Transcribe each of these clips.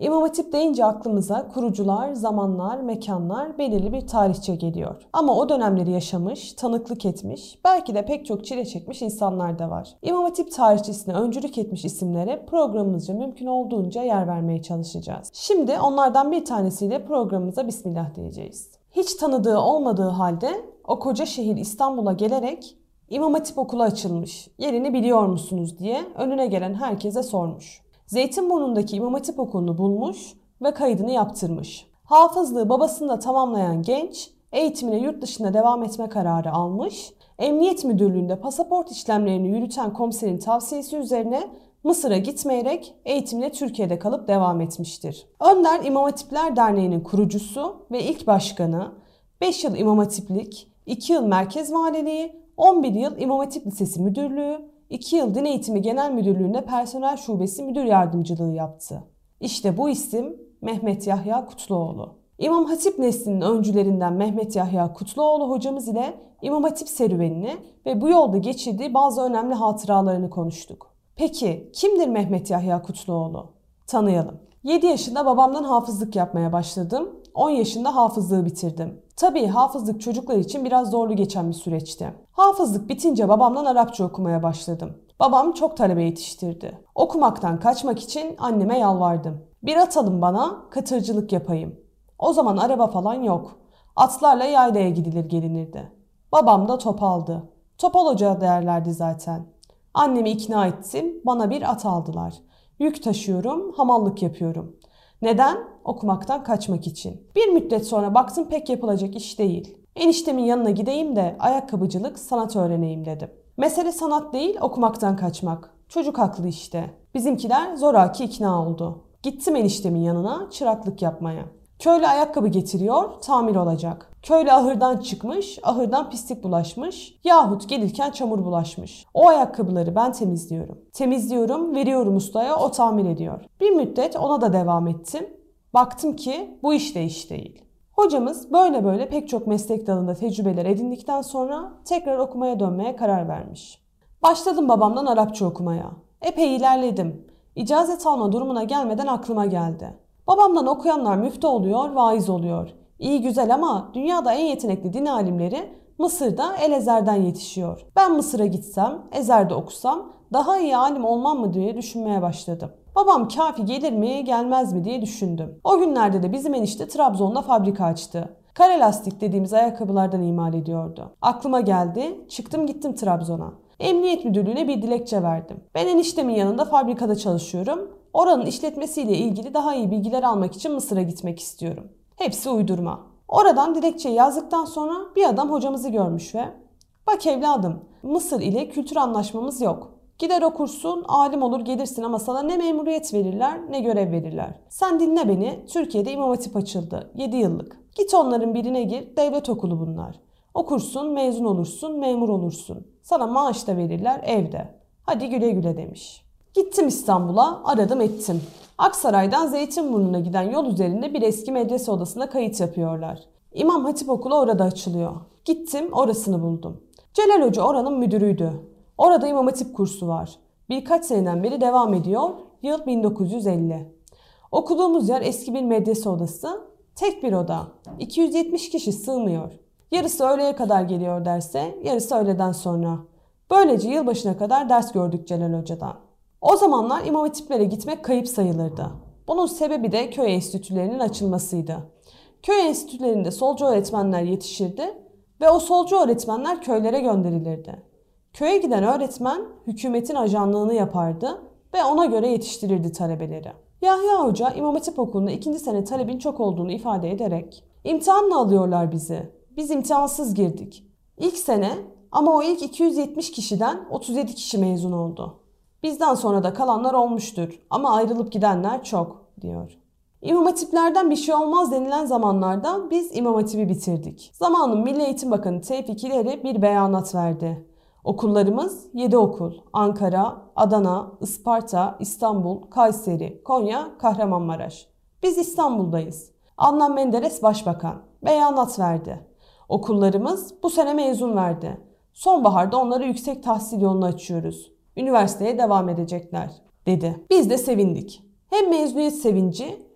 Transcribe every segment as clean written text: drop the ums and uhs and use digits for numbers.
İmam Hatip deyince aklımıza kurucular, zamanlar, mekanlar, belirli bir tarihçe geliyor. Ama o dönemleri yaşamış, tanıklık etmiş, belki de pek çok çile çekmiş insanlar da var. İmam Hatip tarihçesine öncülük etmiş isimlere programımızca mümkün olduğunca yer vermeye çalışacağız. Şimdi onlardan bir tanesiyle programımıza bismillah diyeceğiz. Hiç tanıdığı olmadığı halde o koca şehir İstanbul'a gelerek İmam Hatip okulu açılmış, yerini biliyor musunuz diye önüne gelen herkese sormuş. Zeytinburnu'ndaki İmam Hatip okulunu bulmuş ve kaydını yaptırmış. Hafızlığı babasında tamamlayan genç eğitimine yurt dışında devam etme kararı almış. Emniyet Müdürlüğü'nde pasaport işlemlerini yürüten komiserin tavsiyesi üzerine Mısır'a gitmeyerek eğitimine Türkiye'de kalıp devam etmiştir. Önder İmam Hatipler Derneği'nin kurucusu ve ilk başkanı, 5 yıl İmam Hatiplik, 2 yıl Merkez Valiliği, 11 yıl İmam Hatip Lisesi Müdürlüğü, 2 yıl Din Eğitimi Genel Müdürlüğü'nde Personel Şubesi Müdür Yardımcılığı yaptı. İşte bu isim Mehmet Yahya Kutluoğlu. İmam Hatip neslinin öncülerinden Mehmet Yahya Kutluoğlu hocamız ile İmam Hatip serüvenini ve bu yolda geçirdiği bazı önemli hatıralarını konuştuk. Peki kimdir Mehmet Yahya Kutluoğlu? Tanıyalım. 7 yaşında babamdan hafızlık yapmaya başladım. 10 yaşında hafızlığı bitirdim. Tabii hafızlık çocuklar için biraz zorlu geçen bir süreçti. Hafızlık bitince babamdan Arapça okumaya başladım. Babam çok talebe yetiştirdi. Okumaktan kaçmak için anneme yalvardım. Bir at alın bana, katırcılık yapayım. O zaman araba falan yok. Atlarla yaylaya gidilir gelinirdi. Babam da top aldı. Topal ocağı derlerdi zaten. Annemi ikna ettim, bana bir at aldılar. Yük taşıyorum, hamallık yapıyorum. Neden? Okumaktan kaçmak için. Bir müddet sonra baktım pek yapılacak iş değil. Eniştemin yanına gideyim de ayakkabıcılık, sanat öğreneyim dedim. Mesele sanat değil, okumaktan kaçmak. Çocuk haklı işte. Bizimkiler zoraki ikna oldu. Gittim eniştemin yanına çıraklık yapmaya. Köylü ayakkabı getiriyor, tamir olacak. Köylü ahırdan çıkmış, ahırdan pislik bulaşmış yahut gelirken çamur bulaşmış. O ayakkabıları ben temizliyorum. Temizliyorum, veriyorum ustaya, o tamir ediyor. Bir müddet ona da devam ettim. Baktım ki bu iş de iş değil. Hocamız böyle böyle pek çok meslek dalında tecrübeler edindikten sonra tekrar okumaya dönmeye karar vermiş. Başladım babamdan Arapça okumaya. Epey ilerledim. İcazet alma durumuna gelmeden aklıma geldi. Babamdan okuyanlar müftü oluyor, vaiz oluyor. İyi güzel ama dünyada en yetenekli din alimleri Mısır'da El Ezer'den yetişiyor. Ben Mısır'a gitsem, Ezer'de okusam daha iyi alim olmam mı diye düşünmeye başladım. Babam kafi gelir mi, gelmez mi diye düşündüm. O günlerde de bizim enişte Trabzon'da fabrika açtı. Kare lastik dediğimiz ayakkabılardan imal ediyordu. Aklıma geldi, çıktım gittim Trabzon'a. Emniyet Müdürlüğü'ne bir dilekçe verdim. Ben eniştemin yanında fabrikada çalışıyorum. Oranın işletmesiyle ilgili daha iyi bilgiler almak için Mısır'a gitmek istiyorum. Hepsi uydurma. Oradan dilekçeyi yazdıktan sonra bir adam hocamızı görmüş ve "Bak evladım, Mısır ile kültür anlaşmamız yok. Gider okursun, alim olur gelirsin ama sana ne memuriyet verirler ne görev verirler. Sen dinle beni, Türkiye'de İmam Hatip açıldı, 7 yıllık. Git onların birine gir, devlet okulu bunlar. Okursun, mezun olursun, memur olursun. Sana maaş da verirler evde. Hadi güle güle" demiş. Gittim İstanbul'a, aradım ettim. Aksaray'dan Zeytinburnu'na giden yol üzerinde bir eski medrese odasına kayıt yapıyorlar. İmam Hatip okulu orada açılıyor. Gittim, orasını buldum. Celal Hoca oranın müdürüydü. Orada İmam Hatip kursu var. Birkaç seneden beri devam ediyor. Yıl 1950. Okuduğumuz yer eski bir medrese odası. Tek bir oda. 270 kişi sığmıyor. Yarısı öğleye kadar geliyor derse, yarısı öğleden sonra. Böylece yılbaşına kadar ders gördük Celal Hoca'dan. O zamanlar İmam Hatiplere gitmek kayıp sayılırdı. Bunun sebebi de köy enstitülerinin açılmasıydı. Köy enstitülerinde solcu öğretmenler yetişirdi ve o solcu öğretmenler köylere gönderilirdi. Köye giden öğretmen hükümetin ajanlığını yapardı ve ona göre yetiştirirdi talebeleri. Yahya Hoca İmam Hatip Okulu'nda 2. sene talebin çok olduğunu ifade ederek "İmtihanla alıyorlar bizi. Biz imtihansız girdik. İlk sene ama o ilk 270 kişiden 37 kişi mezun oldu. Bizden sonra da kalanlar olmuştur ama ayrılıp gidenler çok" diyor. İmam Hatiplerden bir şey olmaz denilen zamanlarda biz İmam Hatip'i bitirdik. Zamanın Milli Eğitim Bakanı Tevfik İleri bir beyanat verdi. Okullarımız 7 okul: Ankara, Adana, Isparta, İstanbul, Kayseri, Konya, Kahramanmaraş. Biz İstanbul'dayız. Adnan Menderes Başbakan beyanat verdi. Okullarımız bu sene mezun verdi. Sonbaharda onları yüksek tahsil yolunu açıyoruz. Üniversiteye devam edecekler dedi. Biz de sevindik. Hem mezuniyet sevinci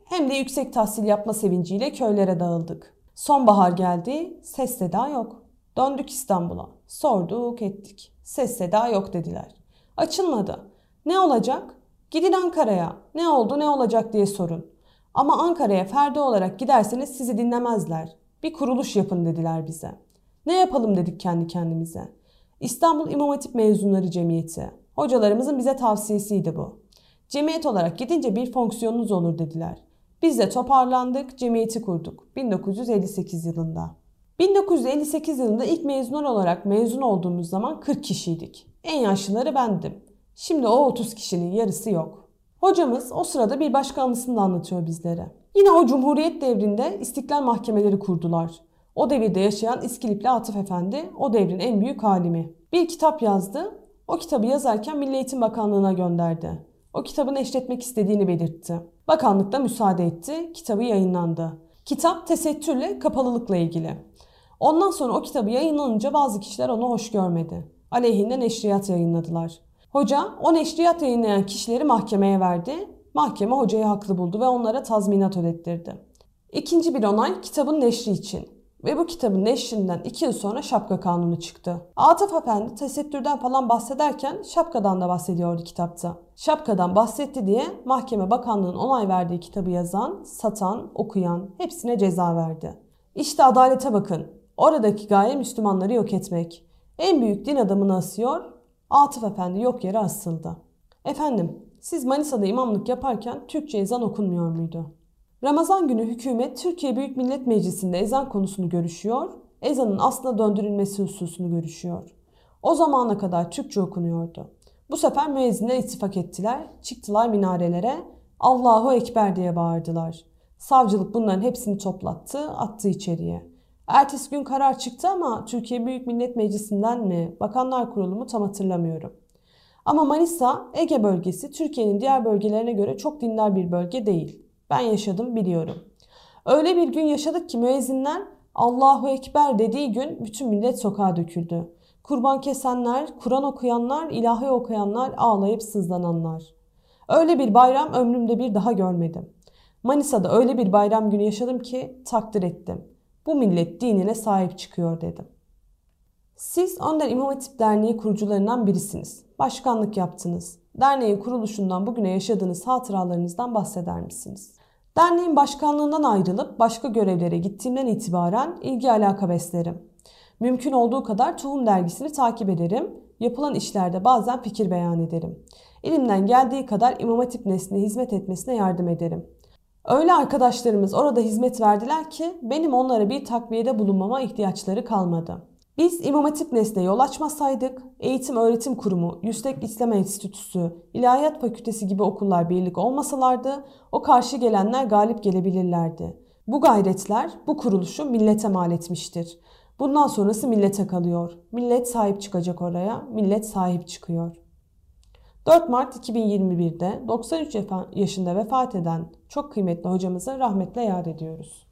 hem de yüksek tahsil yapma sevinciyle köylere dağıldık. Sonbahar geldi, ses seda yok. Döndük İstanbul'a, sorduk ettik. Ses seda yok dediler. Açılmadı. Ne olacak? Gidin Ankara'ya. Ne oldu ne olacak diye sorun. Ama Ankara'ya ferdi olarak giderseniz sizi dinlemezler. Bir kuruluş yapın dediler bize. Ne yapalım dedik kendi kendimize. İstanbul İmam Hatip Mezunları Cemiyeti. Hocalarımızın bize tavsiyesiydi bu. Cemiyet olarak gidince bir fonksiyonunuz olur dediler. Biz de toparlandık, cemiyeti kurduk 1958 yılında. 1958 yılında ilk mezunlar olarak mezun olduğumuz zaman 40 kişiydik. En yaşlıları bendim. Şimdi o 30 kişinin yarısı yok. Hocamız o sırada bir başka anısını da anlatıyor bizlere. Yine o Cumhuriyet devrinde istiklal mahkemeleri kurdular. O devirde yaşayan İskilipli Atıf Efendi o devrin en büyük alimi. Bir kitap yazdı. O kitabı yazarken Milli Eğitim Bakanlığı'na gönderdi. O kitabı neşretmek istediğini belirtti. Bakanlık da müsaade etti. Kitabı yayınlandı. Kitap tesettürle kapalılıkla ilgili. Ondan sonra o kitabı yayınlanınca bazı kişiler onu hoş görmedi. Aleyhinde neşriyat yayınladılar. Hoca o neşriyat yayınlayan kişileri mahkemeye verdi. Mahkeme hocayı haklı buldu ve onlara tazminat ödettirdi. İkinci bir onay kitabın neşri için. Ve bu kitabın neşrinden 2 yıl sonra şapka kanunu çıktı. Atıf Efendi tesettürden falan bahsederken şapkadan da bahsediyordu kitapta. Şapkadan bahsetti diye mahkeme bakanlığın onay verdiği kitabı yazan, satan, okuyan hepsine ceza verdi. İşte adalete bakın. Oradaki gaye Müslümanları yok etmek. En büyük din adamını asıyor, Atıf Efendi yok yere asıldı. Efendim, siz Manisa'da imamlık yaparken Türkçe ezan okunmuyor muydu? Ramazan günü hükümet Türkiye Büyük Millet Meclisi'nde ezan konusunu görüşüyor, ezanın aslına döndürülmesi hususunu görüşüyor. O zamana kadar Türkçe okunuyordu. Bu sefer müezzinler ittifak ettiler, çıktılar minarelere, Allahu Ekber diye bağırdılar. Savcılık bunların hepsini toplattı, attı içeriye. Ertesi gün karar çıktı ama Türkiye Büyük Millet Meclisi'nden mi, Bakanlar Kurulu mu tam hatırlamıyorum. Ama Manisa, Ege bölgesi Türkiye'nin diğer bölgelerine göre çok dindar bir bölge değil. Ben yaşadım biliyorum. Öyle bir gün yaşadık ki müezzinler Allahu Ekber dediği gün bütün millet sokağa döküldü. Kurban kesenler, Kur'an okuyanlar, ilahi okuyanlar, ağlayıp sızlananlar. Öyle bir bayram ömrümde bir daha görmedim. Manisa'da öyle bir bayram günü yaşadım ki takdir ettim. Bu millet dinine sahip çıkıyor dedim. Siz Önder İmam Hatip Derneği kurucularından birisiniz. Başkanlık yaptınız. Derneğin kuruluşundan bugüne yaşadığınız hatıralarınızdan bahseder misiniz? Derneğin başkanlığından ayrılıp başka görevlere gittiğimden itibaren ilgi alaka beslerim. Mümkün olduğu kadar Tohum dergisini takip ederim. Yapılan işlerde bazen fikir beyan ederim. Elimden geldiği kadar İmam Hatip nesline hizmet etmesine yardım ederim. Öyle arkadaşlarımız orada hizmet verdiler ki benim onlara bir takviyede bulunmama ihtiyaçları kalmadı. Biz İmam Hatip nesline yol açmasaydık, Eğitim Öğretim Kurumu, Yüksek İslam Enstitüsü, İlahiyat Fakültesi gibi okullar birlik olmasalardı o karşı gelenler galip gelebilirlerdi. Bu gayretler bu kuruluşu millete mal etmiştir. Bundan sonrası millete kalıyor. Millet sahip çıkacak oraya, millet sahip çıkıyor. 4 Mart 2021'de 93 yaşında vefat eden çok kıymetli hocamızı rahmetle yad ediyoruz.